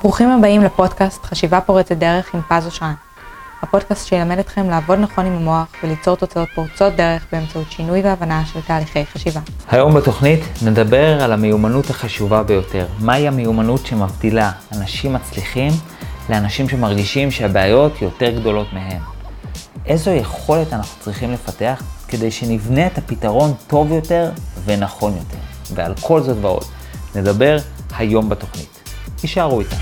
ברוכים הבאים לפודקאסט חשיבה פורצת דרך עם פז אושרן. הפודקאסט שילמד אתכם לעבוד נכון עם המוח וליצור תוצאות פורצות דרך באמצעות שינוי והבנה של תהליכי חשיבה. היום בתוכנית נדבר על המיומנות החשובה ביותר. מהי המיומנות שמבדילה אנשים מצליחים לאנשים שמרגישים שהבעיות יותר גדולות מהם? איזו יכולת אנחנו צריכים לפתח כדי שנבנה את הפתרון טוב יותר ונכון יותר? ועל כל זאת ועוד נדבר היום בתוכנית. תישארו איתה.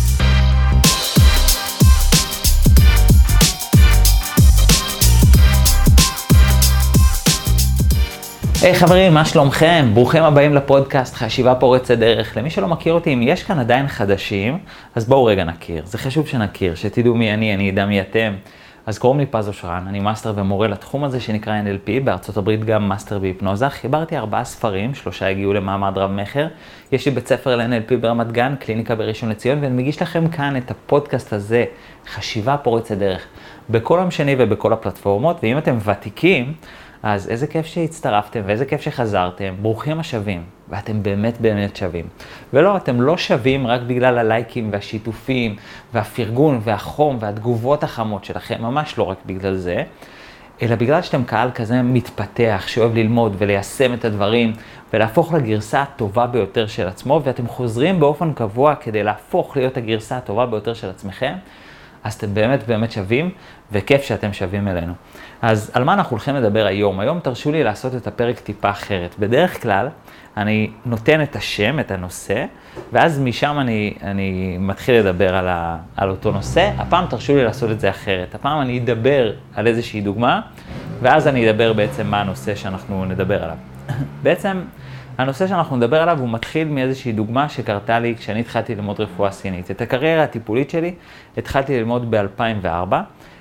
היי חברים, מה שלומכם? ברוכים הבאים לפודקאסט חשיבה פורצת דרך. למי שלא מכיר אותי, אם יש כאן עדיין חדשים, אז בואו רגע נכיר. זה חשוב שנכיר, שתדעו מי אני אדע מי אתם. אז קוראים לי פז אושרן, אני מאסטר ומורה לתחום הזה שנקרא NLP, בארצות הברית גם מאסטר בהיפנוזה. חיברתי 4 ספרים, 3 הגיעו למעמד רב מחר. יש לי בית ספר ל-NLP ברמת גן, קליניקה בראשון לציון, ואני מגיש לכם כאן את הפודקאסט הזה, חשיבה פורצת דרך, בכל יום שני ובכל הפלטפורמות. ואם אתם ותיקים, אז איזה כיף שהצטרפתם ואיזה כיף שחזרתם, ברוכים השווים, ואתם באמת באמת שווים. ולא, אתם לא שווים רק בגלל הלייקים והשיתופים והפרגון והחום והתגובות החמות שלכם, ממש לא רק בגלל זה, אלא בגלל שאתם קהל כזה מתפתח, שאוהב ללמוד וליישם את הדברים, ולהפוך לגרסה הטובה ביותר של עצמו, ואתם חוזרים באופן קבוע כדי להפוך להיות הגרסה הטובה ביותר של עצמכם, אז אתם באמת באמת שווים, וכיף שאתם שווים אלינו. אז על מה אנחנו הולכים לדבר היום? היום תרשו לי לעשות את הפרק טיפה אחרת. בדרך כלל אני נותן את השם, את הנושא, ואז משם אני מתחיל לדבר על אותו נושא. הפעם תרשו לי לעשות את זה אחרת. הפעם אני אדבר על איזושהי דוגמה, ואז אני אדבר בעצם מה הנושא שאנחנו נדבר עליו. בעצם הנושא שאנחנו נדבר עליו הוא מתחיל מאיזושהי דוגמה שקרתה לי כשאני התחלתי ללמוד רפואה סינית. את הקריירה הטיפולית שלי התחלתי ללמוד ב-2004.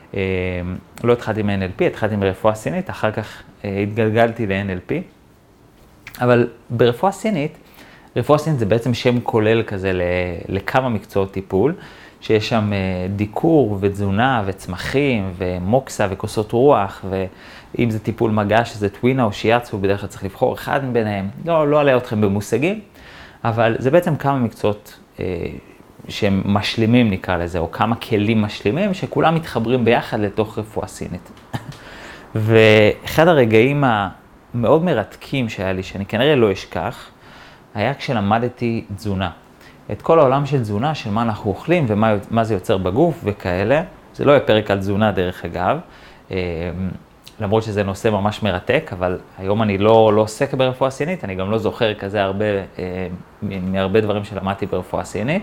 לא התחלתי מ-NLP, התחלתי מרפואה סינית, אחר כך התגלגלתי ל-NLP. אבל ברפואה סינית, רפואה סינית זה בעצם שם כולל כזה לכמה מקצועות טיפול, שיש שם דיקור ותזונה וצמחים ומוקסה וכוסות רוח, ואם זה טיפול מגע שזה טווינה או שיאצו, בדרך כלל צריך לבחור אחד מביניהם. לא עלה אתכם במושגים, אבל זה בעצם כמה מקצועות שהם משלימים נקרא לזה, או כמה כלים משלימים שכולם מתחברים ביחד לתוך רפואה סינית. ואחד הרגעים המאוד מרתקים שהיה לי, שאני כנראה לא אשכח, היה כשלמדתי תזונה. את כל העולם של תזונה, של מה אנחנו אוכלים ומה זה יוצר בגוף וכאלה. זה לא יהיה פרק על תזונה דרך אגב, למרות שזה נושא ממש מרתק, אבל היום אני לא עוסק ברפואה סינית, אני גם לא זוכר כזה מהרבה דברים שלמדתי ברפואה סינית.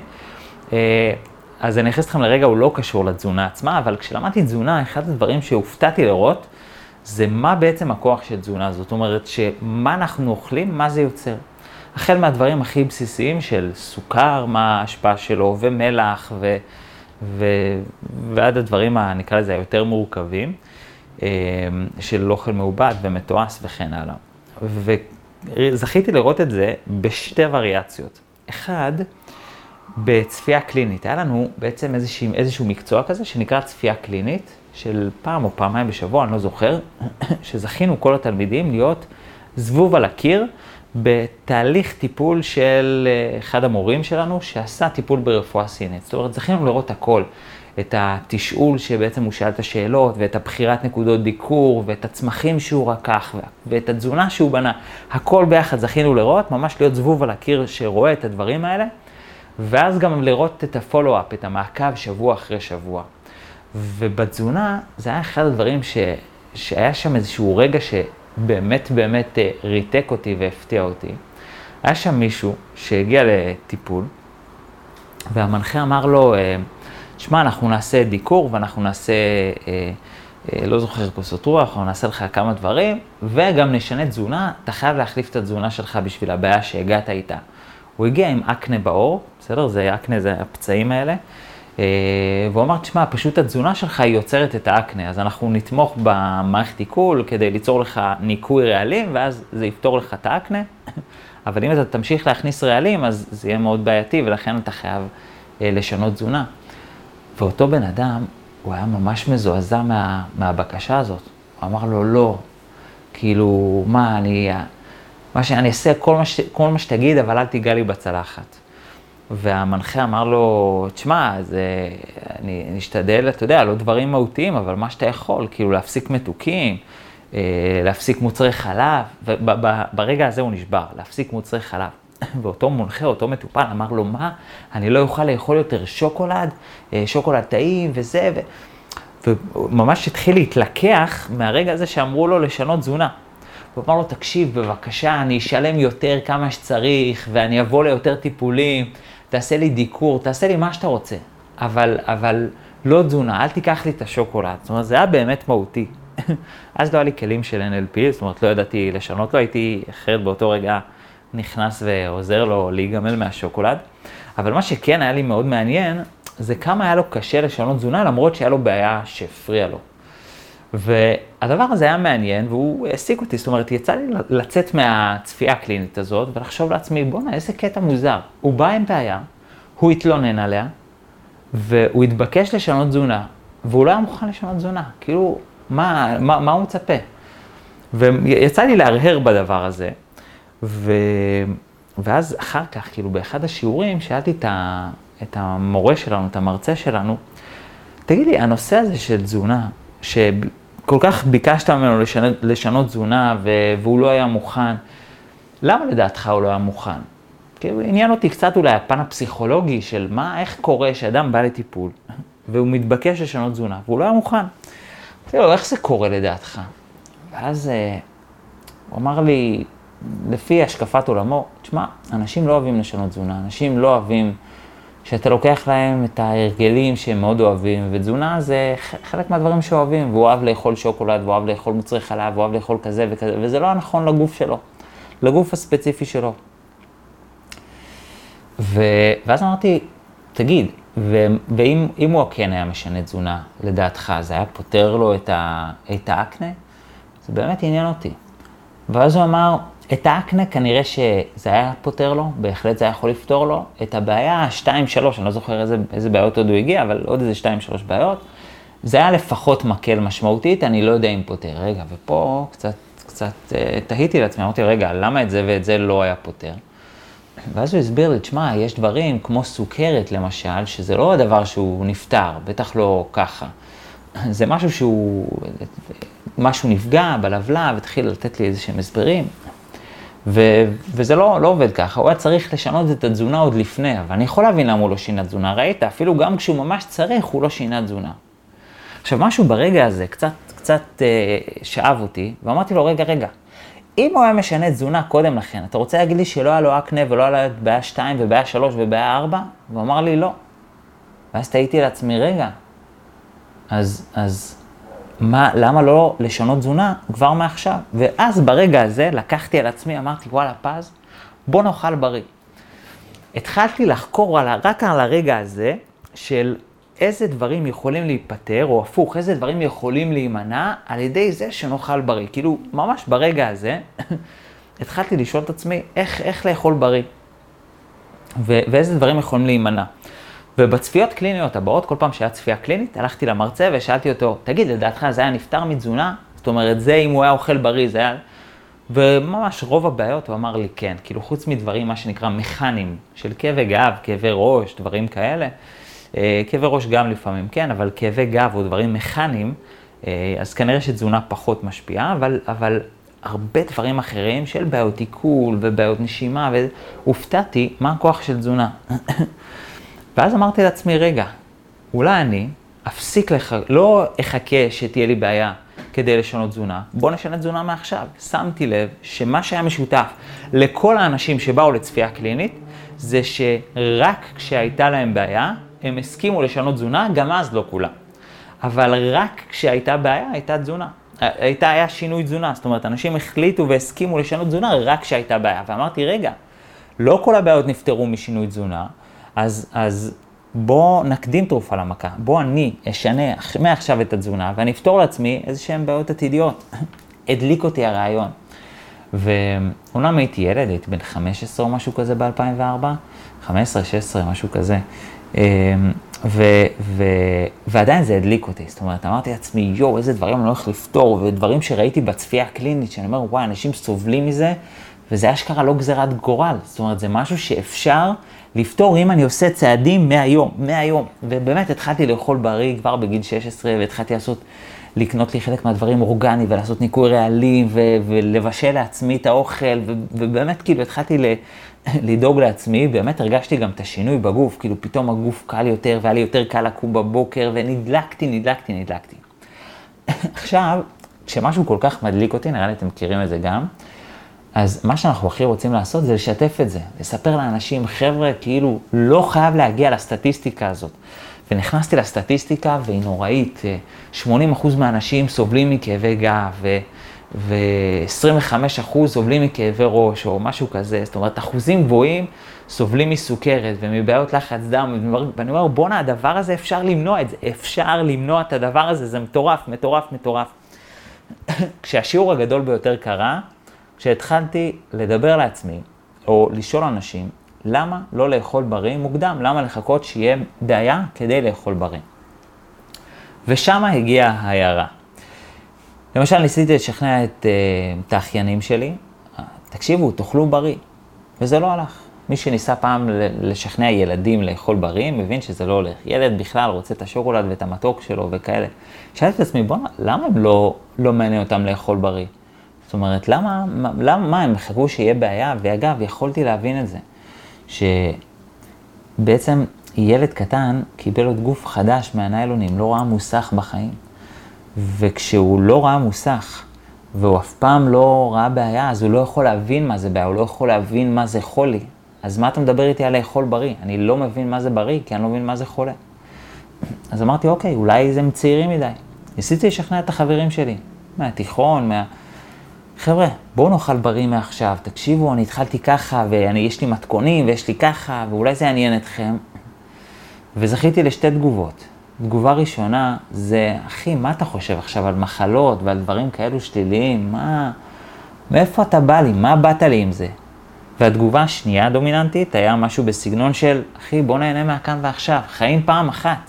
אז אני אכניס אתכם לרגע, הוא לא קשור לתזונה עצמה, אבל כשלמדתי תזונה, אחד הדברים שהופתעתי לראות, זה מה בעצם הכוח של תזונה. זאת אומרת, שמה אנחנו אוכלים, מה זה יוצר. החל מהדברים הכי בסיסיים של סוכר, מה ההשפעה שלו, ומלח, ועד הדברים, נקרא לזה, היותר מורכבים, של אוכל מעובד ומתועש וכן הלאה. וזכיתי לראות את זה בשתי וריאציות. אחד, בצפייה קלינית. היה לנו בעצם איזשהו מקצוע כזה שנקרא צפייה קלינית, של פעם או פעמיים בשבוע, אני לא זוכר, שזכינו כל התלמידים להיות זבוב על הקיר, בתהליך טיפול של אחד המורים שלנו, שעשה טיפול ברפואה סינית. זאת אומרת, זכינו לראות הכל. את התשאול שבעצם הוא שאל את השאלות, ואת הבחירת נקודות דיקור, ואת הצמחים שהוא רקח, ואת התזונה שהוא בנה. הכל ביחד זכינו לראות, ממש להיות זבוב על הקיר שרואה את הדברים האלה, ואז גם לראות את הפולו-אפ, את המעקב שבוע אחרי שבוע. ובתזונה זה היה אחד הדברים שהיה שם איזשהו רגע שבאמת באמת ריתק אותי והפתיע אותי. היה שם מישהו שהגיע לטיפול, והמנחה אמר לו, שמע, אנחנו נעשה דיקור ואנחנו נעשה, לא זוכר כוסות רוח, או נעשה לך כמה דברים, וגם נשנה תזונה, אתה חייב להחליף את התזונה שלך בשביל הבעיה שהגעת איתה. הוא הגיע עם אקנה בעור, בסדר? זה אקנה, זה הפצעים האלה, והוא אמר, תשמע, פשוט התזונה שלך היא יוצרת את האקנה, אז אנחנו נתמוך במערכת עיכול כדי ליצור לך ניקוי רעלים, ואז זה יפתור לך את האקנה, אבל אם אתה תמשיך להכניס רעלים, אז זה יהיה מאוד בעייתי, ולכן אתה חייב לשנות תזונה. ואותו בן אדם, הוא היה ממש מזועזע מהבקשה הזאת. הוא אמר לו, לא, כאילו, מה שאני אעשה כל מה שתגיד, אבל אל תיגע לי בצלחת. והמנחה אמר לו, תשמע, אני אשתדל, אתה יודע, לא דברים מהותיים, אבל מה שאתה יכול, כאילו להפסיק מתוקים, להפסיק מוצרי חלב, וברגע הזה הוא נשבר, להפסיק מוצרי חלב. ואותו מונחה, אותו מטופל, אמר לו, מה? אני לא אוכל לאכול יותר שוקולד, שוקולד טעים וזה, וממש התחיל להתלקח מהרגע הזה שאמרו לו לשנות תזונה. הוא אמר לו, תקשיב, בבקשה, אני אשלם יותר כמה שצריך, ואני אבוא ליותר טיפולים, תעשה לי דיקור, תעשה לי מה שאתה רוצה. אבל לא תזונה, אל תיקח לי את השוקולד. זאת אומרת, זה היה באמת מהותי. אז לא היה לי כלים של NLP, זאת אומרת, לא ידעתי לשנות, לא הייתי אחרת באותו רגע נכנס ועוזר לו להיגמל מהשוקולד. אבל מה שכן היה לי מאוד מעניין, זה כמה היה לו קשה לשנות תזונה, למרות שהיה לו בעיה שהפריע לו. והדבר הזה היה מעניין, והוא העסיק אותי, זאת אומרת, יצא לי לצאת מהצפייה הקלינית הזאת, ולחשוב לעצמי, בוא'נה, איזה קטע מוזר. הוא בא עם בעיה, הוא התלונן עליה, והוא התבקש לשנות תזונה, והוא לא היה מוכן לשנות תזונה. כאילו, מה הוא מצפה? ויצא לי להרהר בדבר הזה, ואז אחר כך, כאילו, באחד השיעורים, שאלתי את המורה שלנו, את המרצה שלנו, תגיד לי, הנושא הזה של תזונה, שכל כך ביקשת ממנו לשנות תזונה, והוא לא היה מוכן, למה לדעתך הוא לא היה מוכן? כאילו, עניין אותי קצת אולי הפן הפסיכולוגי של איך קורה שאדם בא לטיפול, והוא מתבקש לשנות תזונה, והוא לא היה מוכן. כאילו, איך זה קורה לדעתך? ואז הוא אמר לי, לפי השקפת עולמו, תשמע, אנשים לא אוהבים לשנות תזונה, אנשים לא אוהבים שאתה לוקח להם את ההרגלים שהם מאוד אוהבים, ותזונה זה חלק מהדברים שאוהבים, והוא אוהב לאכול שוקולד, והוא אוהב לאכול מוצרי חלב, והוא אוהב לאכול כזה וכזה, וזה לא נכון לגוף שלו, לגוף הספציפי שלו. ואז אמרתי, תגיד, ואם הוא כן היה משנה תזונה, לדעתך, זה היה פותר לו את האקנה? זה באמת עניין אותי. ואז הוא אמר, את האקנה כנראה שזה היה פותר לו, בהחלט זה היה יכול לפתור לו. את הבעיה 2-3, אני לא זוכר איזה בעיות עוד הוא הגיע, אבל עוד איזה 2-3 בעיות. זה היה לפחות מקל משמעותית, אני לא יודע אם פותר. רגע, ופה קצת תהיתי לעצמי, אמרתי, רגע, למה את זה ואת זה לא היה פותר? ואז הוא הסביר לי, תשמע, יש דברים כמו סוכרת למשל, שזה לא הדבר שהוא נפטר, בטח לא ככה. זה משהו נפגע בלבלב, התחיל לתת לי איזשהם הסברים, וזה לא עובד ככה. הוא היה צריך לשנות את התזונה עוד לפני, אבל אני יכול להבין למה הוא לא שינה תזונה. ראית, אפילו גם כשהוא ממש צריך, הוא לא שינה תזונה. עכשיו, משהו ברגע הזה קצת שאב אותי, ואמרתי לו, רגע, אם הוא היה משנה תזונה קודם לכן, אתה רוצה להגיד לי שלא היה לו אקנה ולא היה לו בעיה 2 ובעיה 3 ובעיה 4? והוא אמר לי לא. ואז תהיתי לעצמי, רגע, אז למה לא לשנות תזונה כבר מעכשיו? ואז ברגע הזה לקחתי על עצמי, אמרתי, וואלה פז, בוא נאכל בריא. התחלתי לחקור רק על הרגע הזה של איזה דברים יכולים להיפטר, או הפוך, איזה דברים יכולים להימנע על ידי זה שנאכל בריא. כאילו, ממש ברגע הזה, התחלתי לשאול את עצמי איך לאכול בריא, ואיזה דברים יכולים להימנע. ובצפיות קליניות הבאות, כל פעם שהיה צפייה קלינית, הלכתי למרצה ושאלתי אותו, תגיד, לדעתך זה היה נפטר מתזונה? זאת אומרת, זה אם הוא היה אוכל בריא, זה היה... וממש רוב הבעיות הוא אמר לי כן, כאילו חוץ מדברים, מה שנקרא מכניים, של כאבי גב, כאבי ראש, דברים כאלה. כאבי ראש גם לפעמים כן, אבל כאבי גב או דברים מכניים, אז כנראה שתזונה פחות משפיעה, אבל הרבה דברים אחרים של בעיות עיכול ובעיות נשימה, והופתעתי מה הכוח של תזונה. ואז אמרתי לעצמי, רגע, אולי אני אפסיק לא אחכה שתהיה לי בעיה כדי לשנות תזונה, בוא נשנה תזונה מעכשיו. שמתי לב שמה שהיה משותף לכל האנשים שבאו לצפייה קלינית, זה שרק כשהייתה להם בעיה, הם הסכימו לשנות תזונה, גם אז לא כולם. אבל רק כשהייתה בעיה, הייתה תזונה. היה שינוי תזונה, זאת אומרת, אנשים החליטו והסכימו לשנות תזונה רק כשהייתה בעיה. ואמרתי, רגע, לא כל הבעיות נפטרו משינוי תזונה, אז בוא נקדים תרופה למכה. בוא אני אשנה מעכשיו את התזונה, ואני אפתור לעצמי איזשהם בעיות עתידיות. הדליק אותי הרעיון. ואומנם הייתי ילד, הייתי בן 15 או משהו כזה ב-2004, 15, 16, משהו כזה. ועדיין זה הדליק אותי, זאת אומרת, אמרתי לעצמי, איזה דברים אני הולך לפתור, ודברים שראיתי בצפייה הקלינית, שאני אומר, וואי, אנשים סובלים מזה, וזה אשכרה לא גזירת גורל, זאת אומרת, זה משהו שאפשר לפתור אם אני עושה צעדים מהיום. ובאמת התחלתי לאכול בריא כבר בגיל 16, והתחלתי לקנות לי חלק מהדברים אורגני, ולעשות ניקוי רעלים, ולבשל לעצמי את האוכל, ובאמת כאילו התחלתי לדאוג לעצמי, באמת הרגשתי גם את השינוי בגוף, כאילו פתאום הגוף קל יותר, והיה לי יותר קל לקום בבוקר, ונדלקתי. עכשיו, כשמשהו כל כך מדליק אותי, נראה לי אתם מכירים את זה גם, אז מה שאנחנו הכי רוצים לעשות זה לשתף את זה, לספר לאנשים, חבר'ה, כאילו לא חייב להגיע לסטטיסטיקה הזאת. ונכנסתי לסטטיסטיקה והיא נוראית, 80% מהאנשים סובלים מכאבי גב, ו-25% סובלים מכאבי ראש או משהו כזה, זאת אומרת, אחוזים גבוהים סובלים מסוכרת ומבעיות לחץ דם, ואני אומר, בונה, הדבר הזה אפשר למנוע את זה, אפשר למנוע את הדבר הזה, זה מטורף. כשהשיעור הגדול ביותר קרה, כשהתחלתי לדבר לעצמי, או לשאול אנשים, למה לא לאכול בריא מוקדם? למה לחכות שיהיה בעיה כדי לאכול בריא? ושם הגיעה ההערה. למשל, ניסיתי לשכנע את האחיינים שלי, תקשיבו, תאכלו בריא. וזה לא הלך. מי שניסה פעם לשכנע ילדים לאכול בריא, מבין שזה לא הולך. ילד בכלל רוצה את השוקולד ואת המתוק שלו וכאלה. שאלתי את עצמי, למה הם לא מעניין אותם לאכול בריא? זאת אומרת, למה הם חכו שיהיה בעיה? ואגב, יכולתי להבין את זה. שבעצם ילד קטן קיבל עוד גוף חדש מהניילונים, לא ראה מוסך בחיים. וכשהוא לא ראה מוסך, והוא אף פעם לא ראה בעיה, אז הוא לא יכול להבין מה זה בעיה, הוא לא יכול להבין מה זה חולי. אז מה אתה מדבר איתי על לאכול בריא? אני לא מבין מה זה בריא, כי אני לא מבין מה זה חולה. אז אמרתי, אוקיי, אולי זה צעירים מדי. ניסיתי לשכנע את החברים שלי, מהתיכון, חבר'ה, בואו נאכל בריא מעכשיו, תקשיבו, אני התחלתי ככה, ויש לי מתכונים, ויש לי ככה, ואולי זה יעניין אתכם. וזכיתי לשתי תגובות. תגובה ראשונה זה, אחי, מה אתה חושב עכשיו על מחלות ועל דברים כאלו שליליים? מאיפה אתה בא לי? מה באת לי עם זה? והתגובה השנייה הדומיננטית היה משהו בסגנון של, אחי, בוא נהנה מהכאן ועכשיו, חיים פעם אחת.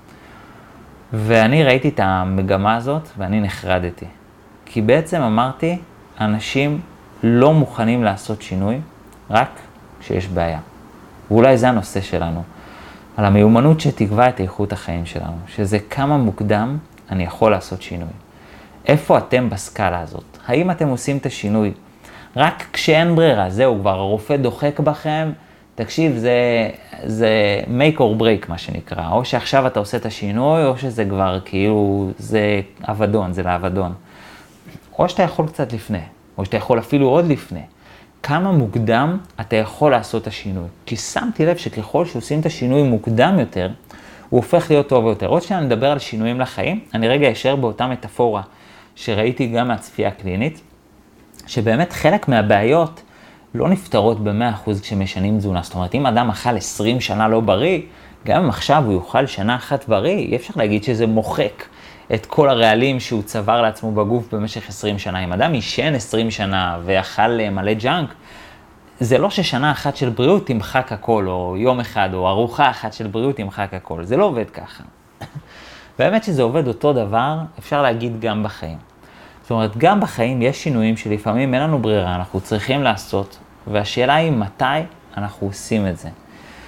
ואני ראיתי את המגמה הזאת ואני נחרדתי. כי בעצם אמרתי, אנשים לא מוכנים לעשות שינוי רק כשיש בעיה. ואולי זה הנושא שלנו. על המיומנות שתקבע את איכות החיים שלנו, שזה כמה מוקדם אני יכול לעשות שינוי. איפה אתם בסקאלה הזאת? האם אתם עושים את השינוי רק כשאין ברירה? זהו, כבר הרופא דוחק בכם, תקשיב, זה make or break מה שנקרא, או שעכשיו אתה עושה את השינוי, או שזה כבר כאילו, זה אבדון, זה לאבדון. או שאתה יכול קצת לפני, או שאתה יכול אפילו עוד לפני. כמה מוקדם אתה יכול לעשות את השינוי. כי שמתי לב שככל שעושים את השינוי מוקדם יותר, הוא הופך להיות טוב יותר. עוד שניה נדבר על שינויים לחיים, אני רגע אשאר באותה מטאפורה שראיתי גם מהצפייה הקלינית, שבאמת חלק מהבעיות לא נפתרות ב-100% כשמשנים תזונה. זאת אומרת, אם אדם אכל 20 שנה לא בריא, גם אם עכשיו הוא יאכל שנה אחת בריא, אי אפשר להגיד שזה מוחק את כל הרעלים שהוא צבר לעצמו בגוף במשך 20 שנה. אם אדם ישן 20 שנה ואכל מלא ג'אנק, זה לא ששנה אחת של בריאות תמחק הכל, או יום אחד, או ארוחה אחת של בריאות תמחק הכל. זה לא עובד ככה. באמת שזה עובד אותו דבר, אפשר להגיד גם בחיים. זאת אומרת, גם בחיים יש שינויים שלפעמים אין לנו ברירה, אנחנו צריכים לעשות, והשאלה היא מתי אנחנו עושים את זה.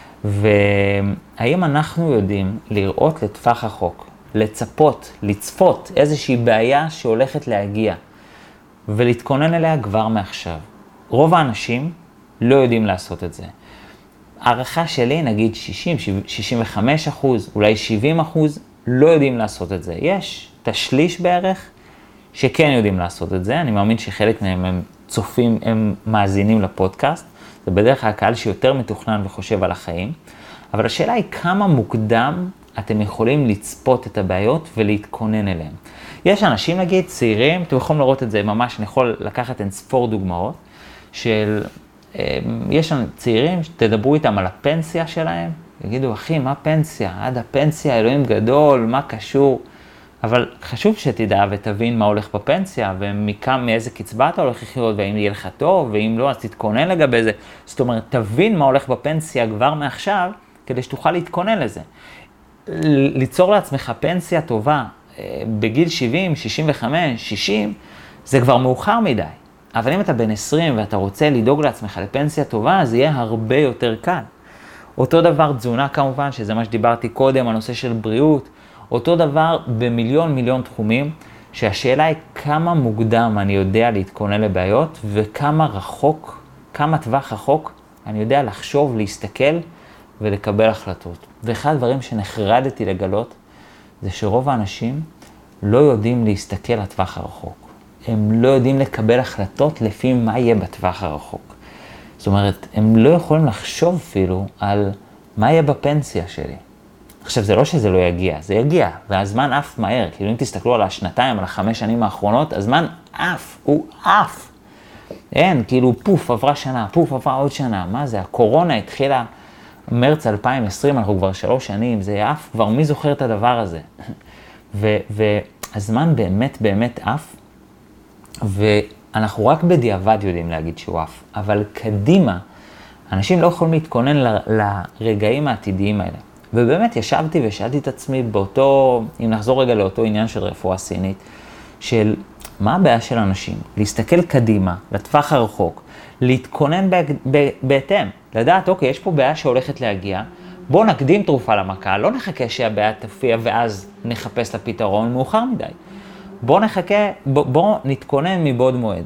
והאם אנחנו יודעים לראות לטווח רחוק, לצפות איזושהי בעיה שהולכת להגיע, ולהתכונן אליה כבר מעכשיו. רוב האנשים לא יודעים לעשות את זה. הערכה שלי, נגיד 65%, אולי 70%, לא יודעים לעשות את זה. יש את השליש בערך שכן יודעים לעשות את זה. אני מאמין שחלק מהם הם צופים, הם מאזינים לפודקאסט. זה בדרך כלל הקהל שיותר מתוכנן וחושב על החיים. אבל השאלה היא כמה מוקדם אתם יכולים לצפות את הבעיות ולהתכונן אליהם. יש אנשים, נגיד, צעירים, אתם יכולים לראות את זה ממש, אני יכול לקחת אין ספור דוגמאות, יש צעירים שתדברו איתם על הפנסיה שלהם, יגידו, אחי, מה פנסיה? עד הפנסיה, אלוהים גדול, מה קשור? אבל חשוב שתדע ותבין מה הולך בפנסיה, מאיזה קצבה אתה הולך לחיות, והאם יהיה לך טוב, ואם לא, אז תתכונן לגבי זה. זאת אומרת, תבין מה הולך בפנסיה כבר מעכשיו, כדי שתוכל להתכונן לזה. ליצור לעצמך פנסיה טובה בגיל 70, 65, 60, זה כבר מאוחר מדי. אבל אם אתה בן 20 ואתה רוצה לדאוג לעצמך לפנסיה טובה, זה יהיה הרבה יותר קל. אותו דבר תזונה כמובן, שזה מה שדיברתי קודם, הנושא של בריאות, אותו דבר במיליון תחומים, שהשאלה היא כמה מוקדם אני יודע להתכונן לבעיות, וכמה רחוק, כמה טווח רחוק אני יודע לחשוב, להסתכל ולקבל החלטות. ואחד הדברים שנחרדתי לגלות, זה שרוב האנשים לא יודעים להסתכל לטווח הרחוק. הם לא יודעים לקבל החלטות לפי מה יהיה בטווח הרחוק. זאת אומרת, הם לא יכולים לחשוב אפילו על מה יהיה בפנסיה שלי. עכשיו, זה לא שזה לא יגיע, זה יגיע, והזמן עף מהר. כאילו, אם תסתכלו על השנתיים, על 5 שנים האחרונות, הזמן עף, הוא עף. אין, כאילו, פוף, עברה שנה, פוף, עברה עוד שנה. מה זה? הקורונה התחילה מרץ 2020, אנחנו כבר 3 שנים, זה עף, כבר מי זוכר את הדבר הזה? והזמן באמת עף, ואנחנו רק בדיעבד יודעים להגיד שהוא עף, אבל קדימה, אנשים לא יכולים להתכונן לרגעים העתידיים האלה. ובאמת ישבתי ושאלתי את עצמי באותו, אם נחזור רגע לאותו עניין של רפואה סינית, של מה הבעיה של אנשים? להסתכל קדימה, לטווח הרחוק, להתכונן בהתאם, לדעת, אוקיי, יש פה בעיה שהולכת להגיע, בואו נקדים תרופה למכה, לא נחכה שהבעיה תופיע ואז נחפש לפתרון מאוחר מדי. בואו נחכה, בואו נתכונן מבעוד מועד.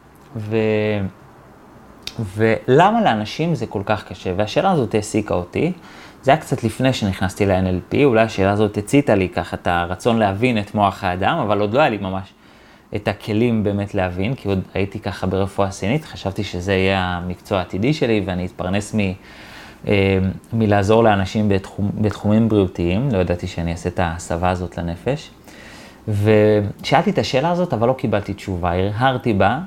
ולמה לאנשים זה כל כך קשה? והשאלה הזאת העסיקה אותי, זה היה קצת לפני שנכנסתי ל-NLP, אולי השאלה הזאת הציתה לי ככה את הרצון להבין את מוח האדם, אבל עוד לא היה לי ממש את הכלים באמת להבין, כי עוד הייתי ככה ברפואה סינית, חשבתי שזה יהיה המקצוע העתידי שלי, ואני אתפרנס מלעזור לאנשים בתחומים בריאותיים, לא ידעתי שאני אעשה את ההסבה הזאת לנפש, ושאלתי את השאלה הזאת, אבל לא קיבלתי תשובה, הרהרתי בה,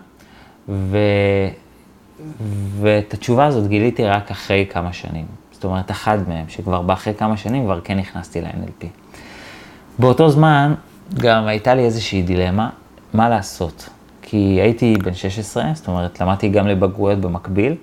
ואת התשובה הזאת גיליתי רק אחרי כמה שנים. זאת אומרת, אחד מהם, שכבר בא אחרי כמה שנים, כבר כן נכנסתי ל-NLP. באותו זמן, גם הייתה לי איזושהי דילמה, מה לעשות? כי הייתי בן 16, זאת אומרת, למדתי גם לבגרויות במקביל,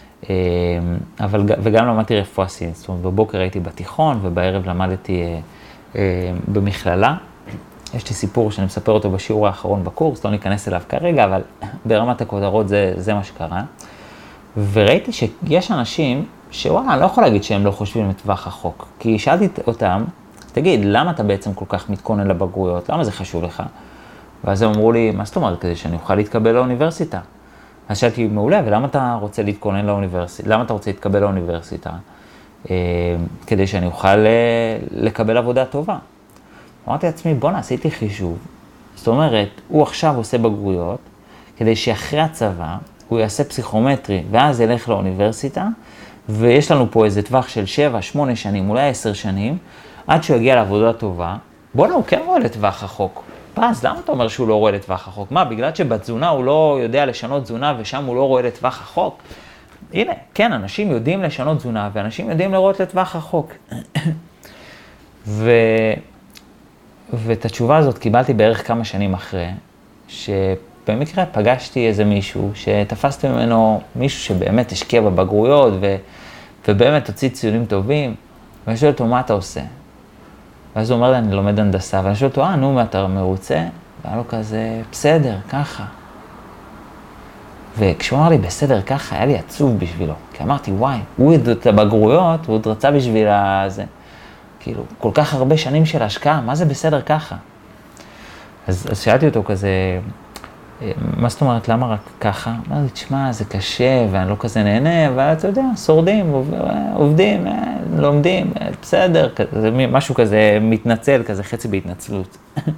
וגם למדתי רפואה סינית. זאת אומרת, בבוקר הייתי בתיכון, ובערב למדתי במכללה. יש לי סיפור שאני מספר אותו בשיעור האחרון בקורס, לא ניכנס אליו כרגע, אבל ברמת הכותרות זה מה שקרה. וראיתי שיש אנשים שוואלה, אני לא יכול להגיד שהם לא חושבים לטווח רחוק. כי שאלתי אותם, תגיד, למה אתה בעצם כל כך מתכונן לבגרויות? למה זה חשוב לך? ואז הם אמרו לי, מה זאת אומרת? כדי שאני אוכל להתקבל לאוניברסיטה. אז שאלתי, מעולה, ולמה אתה רוצה להתכונן לאוניברסיטה? למה אתה רוצה להתקבל לאוניברסיטה? כדי שאני אוכל לקבל עבודה טובה. אמרתי לעצמי, בוא עשיתי חישוב. זאת אומרת, הוא עכשיו עושה בגרויות, כדי שאחרי הצבא הוא יעשה פסיכומטרי, ואז ילך לאוניברסיטה, ויש לנו פה איזה טווח של 7-8 שנים, אולי 10 שנים, עד שהוא יגיע לעבודה טובה. בוא'נה, הוא כן רואה לטווח רחוק. אז למה אתה אומר שהוא לא רואה לטווח רחוק? מה, בגלל שבתזונה הוא לא יודע לשנות תזונה, ושם הוא לא רואה לטווח רחוק? הנה, כן, אנשים יודעים לשנות תזונה, ואנשים יודעים לראות לטווח רחוק. ואת התשובה הזאת קיבלתי בערך כמה שנים אחרי, שבמקרה פגשתי איזה מישהו, שתפסתי ממנו מישהו שבאמת השקיע בבגרויות, ובאמת הוציא ציונים טובים, ואני שואל אותו, מה אתה עושה? ואז הוא אומר לי, אני לומד הנדסה, ואני שואל אותו, נו, מה אתה מרוצה? והיה לו כזה, בסדר, ככה. וכשהוא אמר לי, בסדר, ככה, היה לי עצוב בשבילו. כי אמרתי, וואי, הוא את הבגרויות, הוא עוד רצה בשביל זה. כאילו, כל כך הרבה שנים של השקעה, מה זה בסדר ככה? אז שאלתי אותו כזה, מה זאת אומרת, למה רק ככה? אמר לי, תשמע, זה קשה, ואני לא כזה נהנה, אבל אתה יודע, שורדים, עובדים, לומדים, בסדר, כזה, משהו כזה מתנצל, כזה חצי בהתנצלות.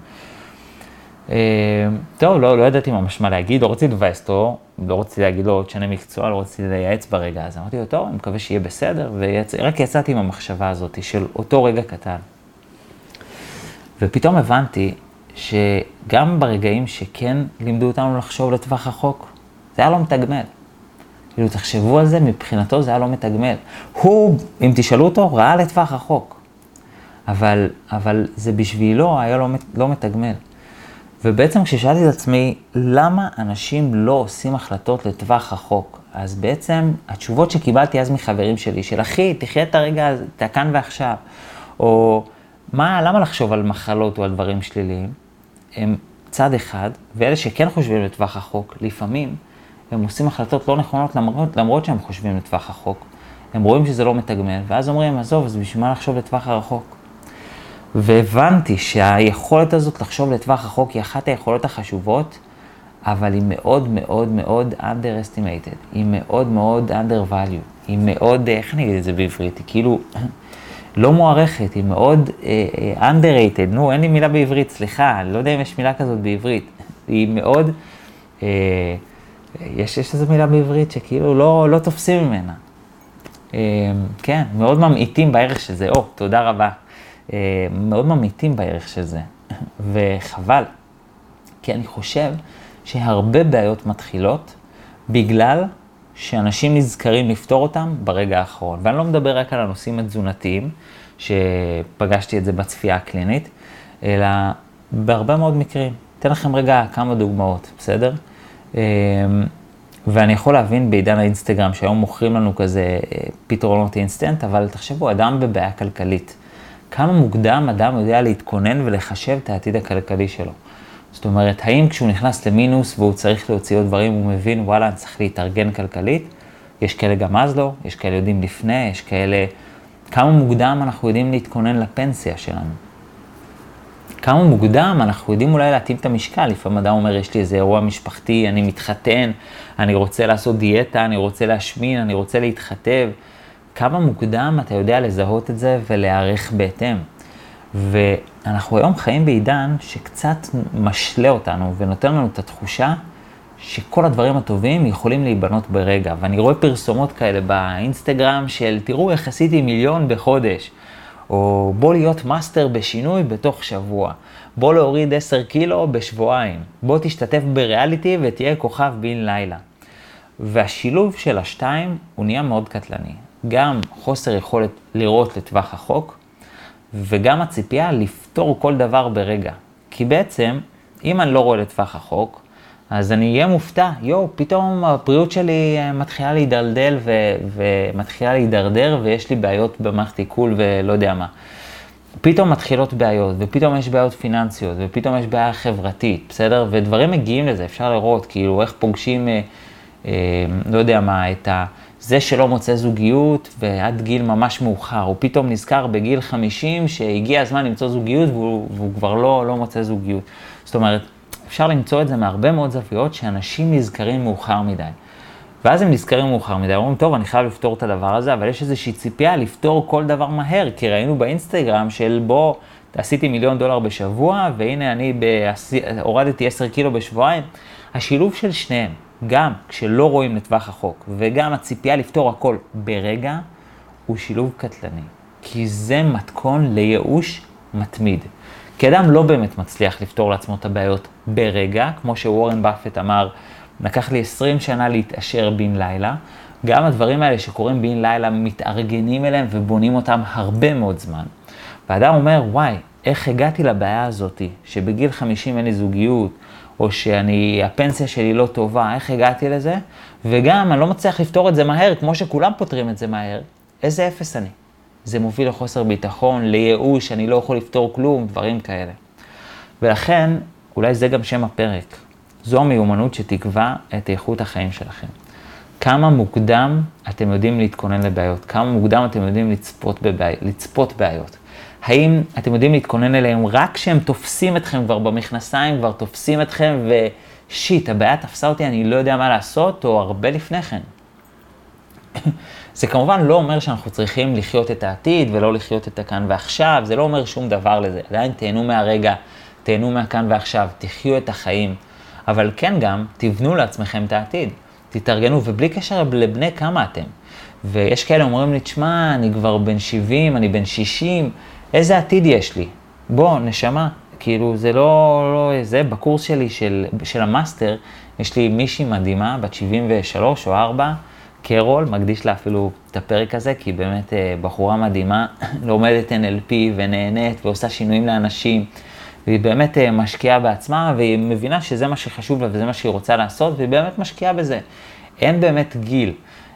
טוב, לא ידעתי ממש מה להגיד, לא רציתי לבאס אותו, לא רציתי להגיד לו עוד שנה מקצוע, לא רציתי לייעץ ברגע, אז אמרתי לו, טוב, אני מקווה שיהיה בסדר, ורק יצאתי עם המחשבה הזאת של אותו רגע קטן. ופתאום הבנתי שגם ברגעים שכן לימדו אותנו לחשוב לטווח רחוק, זה היה לא מתגמל. כאילו, תחשבו על זה, מבחינתו זה היה לא מתגמל. הוא, אם תשאלו אותו, ראה לטווח רחוק. אבל זה בשבילו היה לא מתגמל. ובעצם כששאלתי את עצמי, למה אנשים לא עושים החלטות לטווח רחוק? אז בעצם התשובות שקיבלתי אז מחברים שלי, של אחי, תחיה את הרגע, אתה כאן ועכשיו, או למה לחשוב על מחלות או על דברים שליליים? הם צד אחד, ואלה שכן חושבים לטווח רחוק, לפעמים הם עושים החלטות לא נכונות למרות שהם חושבים לטווח רחוק. הם רואים שזה לא מתגמל, ואז אומרים, עזוב, אז בשביל מה לחשוב לטווח הרחוק? והבנתי שהיכולת הזאת לחשוב לטווח רחוק היא אחת היכולות החשובות, אבל היא מאוד מאוד מאוד underestimated, היא מאוד מאוד undervalued, היא מאוד, איך אני אגיד את זה בעברית? היא כאילו לא מוערכת, היא מאוד underrated, אין לי מילה בעברית, סליחה, לא יודע אם יש מילה כזאת בעברית, היא מאוד, יש איזו מילה בעברית שכאילו לא תופסים ממנה. כן, מאוד ממעיטים בערך של זה, תודה רבה. מאוד ממעיטים בערך של זה, וחבל, כי אני חושב שהרבה בעיות מתחילות בגלל שאנשים נזכרים לפתור אותם ברגע האחרון. ואני לא מדבר רק על הנושאים התזונתיים, שפגשתי את זה בצפייה הקלינית, אלא בהרבה מאוד מקרים. אתן לכם רגע כמה דוגמאות, בסדר? ואני יכול להבין בעידן האינסטגרם שהיום מוכרים לנו כזה פתרונות אינסטנט, אבל תחשבו, אדם בבעיה כלכלית. כמה מוקדם אדם יודע להתכונן ולחשב את העתיד הכלכלי שלו. זאת אומרת, האם כשהוא נכנס למינוס והוא צריך להוציא עוד דברים, הוא מבין, וואלה, אני צריך להתארגן כלכלית? יש כאלה גם אז לא, יש כאלה יודעים לפני, יש כאלה... כמה מוקדם אנחנו יודעים להתכונן לפנסיה שלנו? כמה מוקדם אנחנו יודעים אולי להתאים את המשקל? לפעמים אדם אומר, יש לי איזה אירוע משפחתי, אני מתחתן, אני רוצה לעשות דיאטה, אני רוצה להשמין, אני רוצה להתחתב. כמה מוקדם אתה יודע לזהות את זה ולהערך בהתאם. ואנחנו היום חיים בעידן שקצת משלה אותנו ונותן לנו את התחושה שכל הדברים הטובים יכולים להיבנות ברגע. ואני רואה פרסומות כאלה באינסטגרם של תראו איך עשיתי 1,000,000 בחודש, או בוא להיות מאסטר בשינוי בתוך שבוע, בוא להוריד 10 קילו בשבועיים, בוא תשתתף בריאליטי ותהיה כוכב בן לילה. והשילוב של השתיים הוא נהיה מאוד קטלני. גם חוסר יכולת לראות לטווח רחוק, וגם הציפייה לפתור כל דבר ברגע. כי בעצם, אם אני לא רואה לטווח רחוק, אז אני אהיה מופתע. פתאום הבריאות שלי מתחילה להידלדל ומתחילה להידרדר, ויש לי בעיות במערכת עיכול ולא יודע מה. פתאום מתחילות בעיות, ופתאום יש בעיות פיננסיות, ופתאום יש בעיה חברתית, בסדר? ודברים מגיעים לזה, אפשר לראות, כאילו איך פוגשים, לא יודע מה, את זה שלא מוצא זוגיות ועד גיל ממש מאוחר, הוא פתאום נזכר בגיל 50 שהגיע הזמן למצוא זוגיות והוא כבר לא מוצא זוגיות. זאת אומרת, אפשר למצוא את זה מהרבה מאוד זוויות שאנשים נזכרים מאוחר מדי. ואז הם נזכרים מאוחר מדי, אומרים, טוב, אני חייב לפתור את הדבר הזה, אבל יש איזושהי ציפייה לפתור כל דבר מהר, כי ראינו באינסטגרם של בוא, עשיתי $1,000,000 בשבוע, והנה אני הורדתי 10 קילו בשבועיים. השילוב של שניהם, גם כשלא רואים לטווח רחוק, וגם הציפייה לפתור הכל ברגע, הוא שילוב קטלני. כי זה מתכון לייאוש מתמיד. כי אדם לא באמת מצליח לפתור לעצמו את הבעיות ברגע, כמו שוורן באפט אמר, לקח לי 20 שנה להתאשר בן לילה. גם הדברים האלה שקורים בן לילה מתארגנים אליהם ובונים אותם הרבה מאוד זמן. והאדם אומר, וואי, איך הגעתי לבעיה הזאת, שבגיל 50 אין לי זוגיות, או שהפנסיה שלי לא טובה, איך הגעתי לזה? וגם אני לא מצליח לפתור את זה מהר, כמו שכולם פותרים את זה מהר. איזה אפס אני? זה מוביל לחוסר ביטחון, לייאוש, אני לא יכול לפתור כלום, דברים כאלה. ולכן, אולי זה גם שם הפרק. זו המיומנות שתקבע את איכות החיים שלכם. כמה מוקדם אתם יודעים להתכונן לבעיות? כמה מוקדם אתם יודעים לצפות בעיות? האם אתם יודעים להתכונן אליהם רק כשהם תופסים אתכם כבר במכנסיים, כבר תופסים אתכם ושיט, הבעיה תפסה אותי, אני לא יודע מה לעשות, או הרבה לפני כן. זה כמובן לא אומר שאנחנו צריכים לחיות את העתיד ולא לחיות את הכאן ועכשיו, זה לא אומר שום דבר לזה. עדיין תהנו מהרגע, תהנו מהכאן ועכשיו, תחיו את החיים, אבל כן גם תבנו לעצמכם את העתיד, תתארגנו, ובלי קשר לבני כמה אתם. ויש כאלה אומרים לי, תשמע, אני כבר בן 70, אני בן 60, איזה עתיד יש לי? בוא, נשמה, כאילו זה לא זה, בקורס שלי של המאסטר, יש לי מישהי מדהימה, בת 73 או 4, קרול, מקדיש לה אפילו את הפרק הזה, כי באמת בחורה מדהימה, לומדת NLP ונהנית ועושה שינויים לאנשים, והיא באמת משקיעה בעצמה, והיא מבינה שזה מה שחשוב לה וזה מה שהיא רוצה לעשות, והיא באמת משקיעה בזה. אין באמת גיל,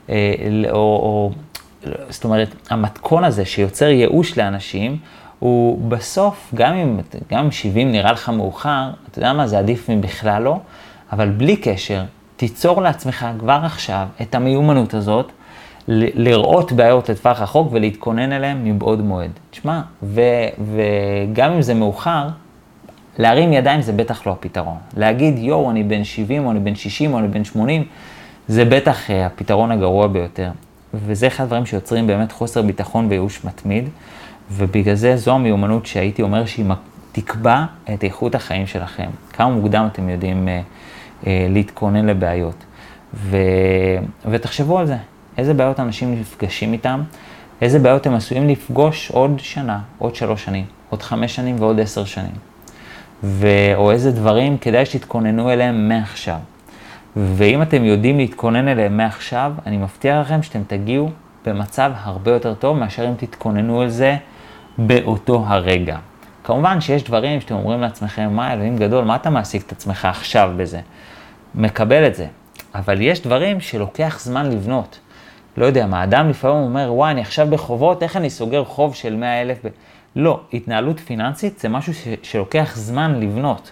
זאת אומרת, המתכון הזה שיוצר ייאוש לאנשים, הוא בסוף, גם אם 70 נראה לך מאוחר, אתה יודע מה, זה עדיף מבכלל לא, אבל בלי קשר, תיצור לעצמך כבר עכשיו את המיומנות הזאת, לראות בעיות לטווח רחוק ולהתכונן אליהם מבעוד מועד. תשמע, וגם אם זה מאוחר, להרים ידיים זה בטח לא הפתרון. להגיד, יו, אני בן 70, או אני בן 60, או אני בן 80, זה בטח הפתרון הגרוע ביותר. וזה אחד הדברים שיוצרים באמת חוסר ביטחון וייאוש מתמיד, ובגלל זה זו המיומנות שהייתי אומר שהיא תקבע את איכות החיים שלכם. כמה מוקדם אתם יודעים להתכונן לבעיות. ותחשבו על זה. איזה בעיות אנשים נפגשים איתם, איזה בעיות הם עשויים לפגוש עוד שנה, עוד 3 שנים, עוד 5 שנים ועוד 10 שנים. או איזה דברים כדאי שתתכוננו אליהם מעכשיו. ואם אתם יודעים להתכונן אליהם מעכשיו, אני מבטיח לכם שאתם תגיעו במצב הרבה יותר טוב מאשר אם תתכוננו על זה באותו הרגע. כמובן שיש דברים שאתם אומרים לעצמכם, מה אלוהים גדול, מה אתה מעסיק את עצמך עכשיו בזה? מקבל את זה. אבל יש דברים שלוקח זמן לבנות. לא יודע מה, אדם לפעמים אומר, וואי, אני עכשיו בחובות, איך אני סוגר חוב של 100,000? לא, התנהלות פיננסית זה משהו שלוקח זמן לבנות.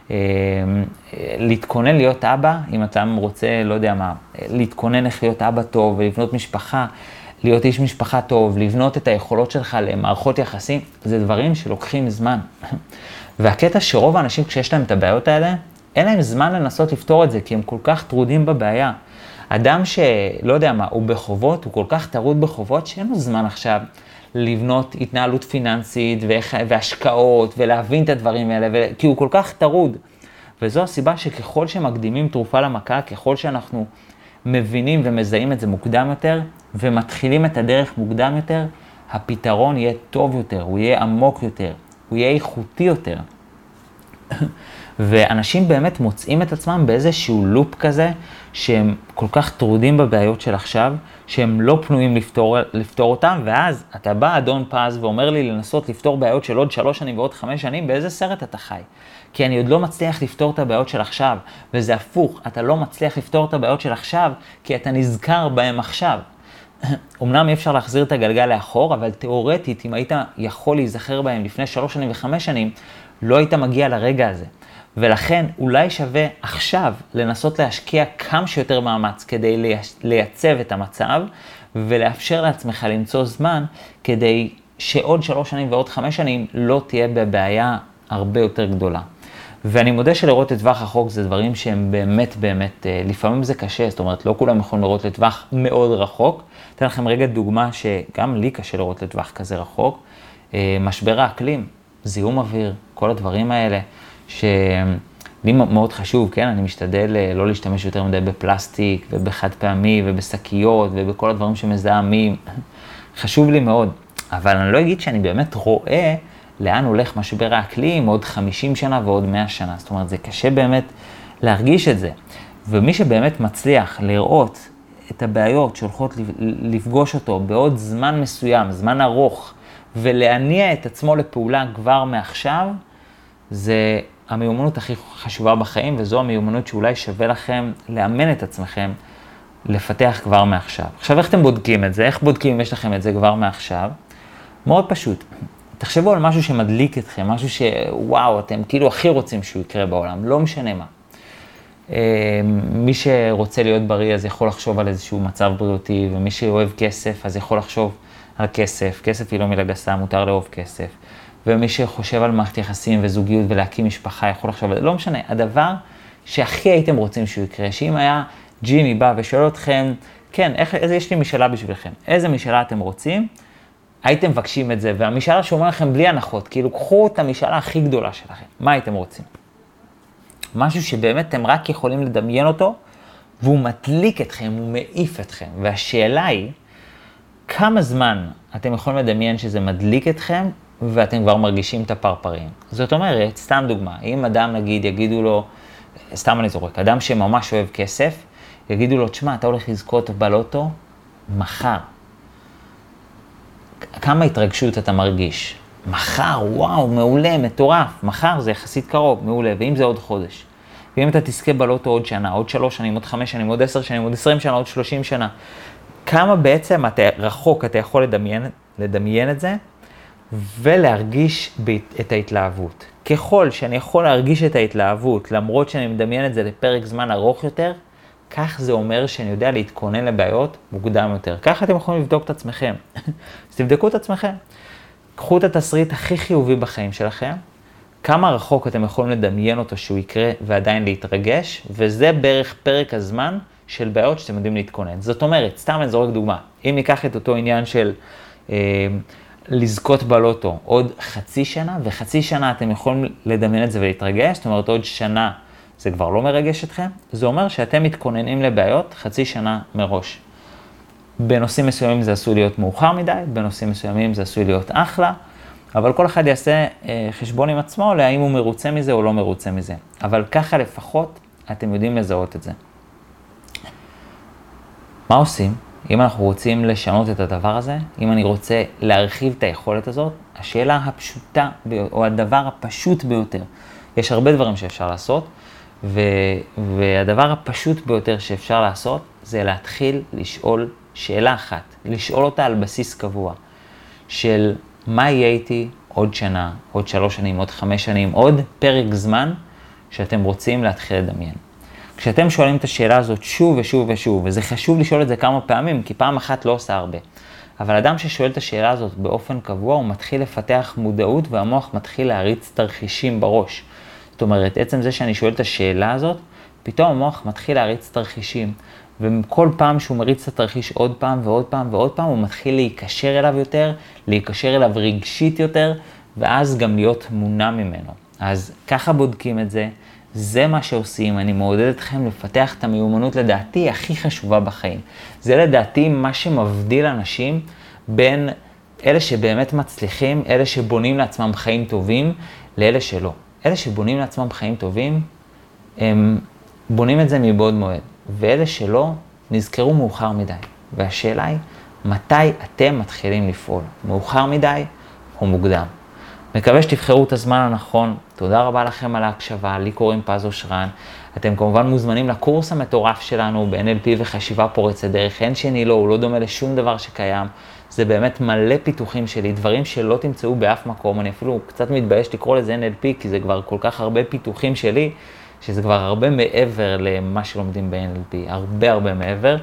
להתכונן להיות אבא, אם אתה רוצה, לא יודע מה, להתכונן איך להיות אבא טוב ולבנות משפחה, להיות איש משפחה טוב, לבנות את היכולות שלך למערכות יחסים, זה דברים שלוקחים זמן. והקטע שרוב האנשים כשיש להם את הבעיות האלה, אין להם זמן לנסות לפתור את זה, כי הם כל כך טרודים בבעיה. אדם שלא יודע מה, הוא בחובות, הוא כל כך טרוד בחובות, שאין לו זמן עכשיו לבנות התנהלות פיננסית והשקעות ולהבין את הדברים האלה, כי הוא כל כך טרוד. וזו הסיבה שככל שמקדימים תרופה למכה, ככל שאנחנו מבינים ומזהים את זה מוקדם יותר, ומתחילים את הדרך מוקדם יותר, הפתרון יהיה טוב יותר, הוא יהיה עמוק יותר, הוא יהיה איכותי יותר. ואנשים באמת מוצאים את עצמם באיזשהו לופ כזה, שהם כל כך טרודים בבעיות של עכשיו, שהם לא פנויים לפתור אותם, ואז אתה בא אדון פז ואומר לי לנסות לפתור בעיות של עוד 3 שנים ועוד 5 שנים, באיזה סרט אתה חי? כי אני עוד לא מצליח לפתור את הבעיות של עכשיו, וזה הפוך, אתה לא מצליח לפתור את הבעיות של עכשיו, כי אתה נזכר בהם עכשיו. אמנם אי אפשר להחזיר את הגלגל לאחור, אבל תיאורטית, אם היית יכול להיזכר בהם לפני 3 שנים ו5 שנים, לא היית מגיע לרגע הזה. ולכן אולי שווה עכשיו לנסות להשקיע כמה שיותר מאמץ כדי לייצב את המצב, ולאפשר לעצמך למצוא זמן כדי שעוד 3 שנים ועוד 5 שנים לא תהיה בבעיה הרבה יותר גדולה. ואני מודה שלראות לטווח רחוק זה דברים שהם באמת, לפעמים זה קשה, זאת אומרת לא כולם יכולים לראות לטווח מאוד רחוק. אתן לכם רגע דוגמה שגם לי קשה לראות לטווח כזה רחוק. משבר האקלים, זיהום אוויר, כל הדברים האלה. לי מאוד חשוב, כן? אני משתדל לא להשתמש יותר מדי בפלסטיק ובחד פעמי ובשקיות ובכל הדברים שמזהמים. חשוב לי מאוד, אבל אני לא אגיד שאני באמת רואה לאן הולך משבר האקלים עוד 50 שנה ועוד 100 שנה. זאת אומרת, זה קשה באמת להרגיש את זה. ומי שבאמת מצליח לראות את הבעיות שהולכות לפגוש אותו בעוד זמן מסוים, זמן ארוך, ולהניע את עצמו לפעולה כבר מעכשיו, זה המיומנות הכי חשובה בחיים, וזו המיומנות שאולי שווה לכם לאמן את עצמכם לפתח כבר מעכשיו. עכשיו, איך אתם בודקים את זה? איך בודקים אם יש לכם את זה כבר מעכשיו? מאוד פשוט. תחשבו על משהו שמדליק אתכם, משהו שוואו, אתם כאילו הכי רוצים שהוא יקרה בעולם, לא משנה מה. מי שרוצה להיות בריא אז יכול לחשוב על איזשהו מצב בריאותי, ומי שאוהב כסף אז יכול לחשוב על כסף. כסף היא לא מילה גסה, מותר לאהוב כסף. ומי שחושב על מערכת יחסים וזוגיות ולהקים משפחה יכול לחשוב על זה. לא משנה, הדבר שהכי הייתם רוצים שהוא יקרה, שאם היה ג'ימי בא ושואל אתכם, כן, יש לי משאלה בשבילכם, איזה משאלה אתם רוצים? הייתם מבקשים את זה, והמשאלה שאומר לכם בלי הנחות, כאילו קחו את המשאלה הכי גדולה שלכם, מה הייתם רוצים? משהו שבאמת אתם רק יכולים לדמיין אותו, והוא מדליק אתכם, הוא מעיף אתכם, והשאלה היא, כמה זמן אתם יכולים לדמיין שזה מדליק אתכם, ואתם כבר מרגישים את הפרפרים. זאת אומרת, סתם דוגמה, אם אדם נגיד יגידו לו, סתם אני זורק, אדם שממש אוהב כסף, יגידו לו, תשמע, אתה הולך לזכות בלוטו מחר. כמה התרגשות אתה מרגיש? מחר, וואו, מעולה, מטורף. מחר זה יחסית קרוב, מעולה, ואם זה עוד חודש. ואם אתה תזכה בלוטו עוד שנה, עוד 3 שנים, עוד 5 שנים, עוד 10 שנים, עוד 20 שנה, עוד 30 שנה. כמה בעצם רחוק אתה יכול לדמיין את זה, ולהרגיש את ההתלהבות. ככל שאני יכול להרגיש את ההתלהבות, למרות שאני מדמיין את זה לפרק זמן ארוך יותר, כך זה אומר שאני יודע להתכונן לבעיות מוקדם יותר. ככה אתם יכולים לבדוק את עצמכם. אז תבדקו את עצמכם. קחו את התסריט הכי חיובי בחיים שלכם, כמה רחוק אתם יכולים לדמיין אותו שהוא יקרה ועדיין להתרגש, וזה בערך פרק הזמן של בעיות שאתם יודעים להתכונן. זאת אומרת, סתם אני זורק דוגמה, אם ניקח את אותו עניין של לזכות בלוטו עוד חצי שנה, וחצי שנה אתם יכולים לדמיין את זה ולהתרגש, זאת אומרת עוד שנה זה כבר לא מרגש אתכם, זה אומר שאתם מתכוננים לבעיות חצי שנה מראש. בנושאים מסוימים זה עשוי להיות מאוחר מדי, בנושאים מסוימים זה עשוי להיות אחלה, אבל כל אחד יעשה חשבון עם עצמו להאם הוא מרוצה מזה או לא מרוצה מזה. אבל ככה לפחות אתם יודעים לזהות את זה. מה עושים? אם אנחנו רוצים לשנות את הדבר הזה, אם אני רוצה להרחיב את היכולת הזאת, השאלה הפשוטה או הדבר הפשוט ביותר, יש הרבה דברים שאפשר לעשות, והדבר הפשוט ביותר שאפשר לעשות זה להתחיל לשאול שאלה אחת, לשאול אותה על בסיס קבוע, של מה יהיה איתי עוד שנה, עוד 3 שנים, עוד 5 שנים, עוד פרק זמן שאתם רוצים להתחיל לדמיין. כשאתם שואלים את השאלה הזאת שוב ושוב ושוב, וזה חשוב לשאול את זה כמה פעמים, כי פעם אחת לא עושה הרבה. אבל אדם ששואל את השאלה הזאת באופן קבוע, הוא מתחיל לפתח מודעות והמוח מתחיל להריץ תרחישים בראש. זאת אומרת, עצם זה שאני שואל את השאלה הזאת, פתאום המוח מתחיל להריץ תרחישים. וכל פעם שהוא מריץ את התרחיש עוד פעם ועוד פעם ועוד פעם, הוא מתחיל להיקשר אליו יותר, להיקשר אליו רגשית יותר, ואז גם להיות מונע ממנו. אז ככה בודקים את זה, זה מה שעושים, אני מעודד אתכם לפתח את המיומנות לדעתי הכי חשובה בחיים. זה לדעתי מה שמבדיל אנשים בין אלה שבאמת מצליחים, אלה שבונים לעצמם חיים טובים, לאלה שלא. אלה שבונים לעצמם חיים טובים, הם בונים את זה מבעוד מועד. ואלה שלא נזכרו מאוחר מדי. והשאלה היא, מתי אתם מתחילים לפעול? מאוחר מדי או מוקדם? מקווה שתבחרו את הזמן הנכון. תודה רבה לכם על ההקשבה. לי קוראים פז אושרן. אתם כמובן מוזמנים לקורס המטורף שלנו ב-NLP וחשיבה פורצת דרך. אין שני לו, הוא לא דומה לשום דבר שקיים. זה באמת מלא פיתוחים שלי, דברים שלא תמצאו באף מקום. אני אפילו קצת מתבייש לקרוא לזה NLP, כי זה כבר כל כך הרבה פיתוחים שלי, שזה כבר הרבה מעבר למה שלומדים ב-NLP, הרבה מעבר.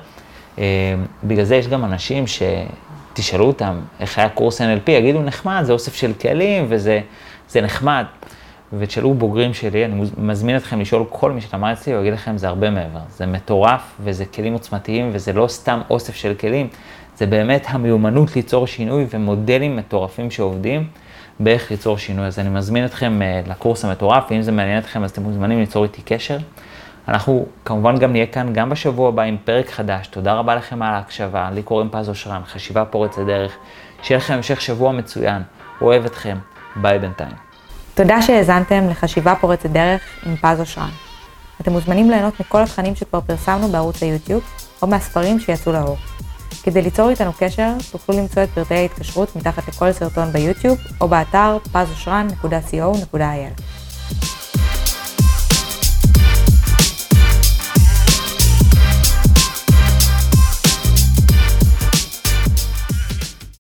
בגלל זה יש גם אנשים שתשאלו אותם איך היה קורס NLP, יגידו נחמד, זה אוסף של כלים וזה נחמד. ותשאלו בוגרים שלי, אני מזמין אתכם לשאול כל מי שלמד אצלי, הוא יגיד לכם זה הרבה מעבר. זה מטורף וזה כלים עוצמתיים וזה לא סתם אוסף של כלים, זה באמת המיומנות ליצור שינוי ומודלים מטורפים שעובדים באיך ליצור שינוי. אז אני מזמין אתכם לקורס המטורף, ואם זה מעניין אתכם אז אתם מוזמנים ליצור איתי קשר. אנחנו כמובן גם נהיה כאן גם בשבוע הבא עם פרק חדש. תודה רבה לכם על ההקשבה, לי קוראים פז אושרן, חשיבה פורצת דרך. שיהיה לכם המשך שבוע מצוין, אוהב אתכם, ביי בינתיים. תודה שהאזנתם לחשיבה פורצת דרך עם פז אושרן. אתם מוזמנים ליהנות מכל התכנים שכבר פרסמנו בערוץ היוטיוב, או מהספרים שיצאו לאור. כדי ליצור איתנו קשר, תוכלו למצוא את פרטי ההתקשרות מתחת לכל סרטון ביוטיוב, או באתר pazoshran.co.il.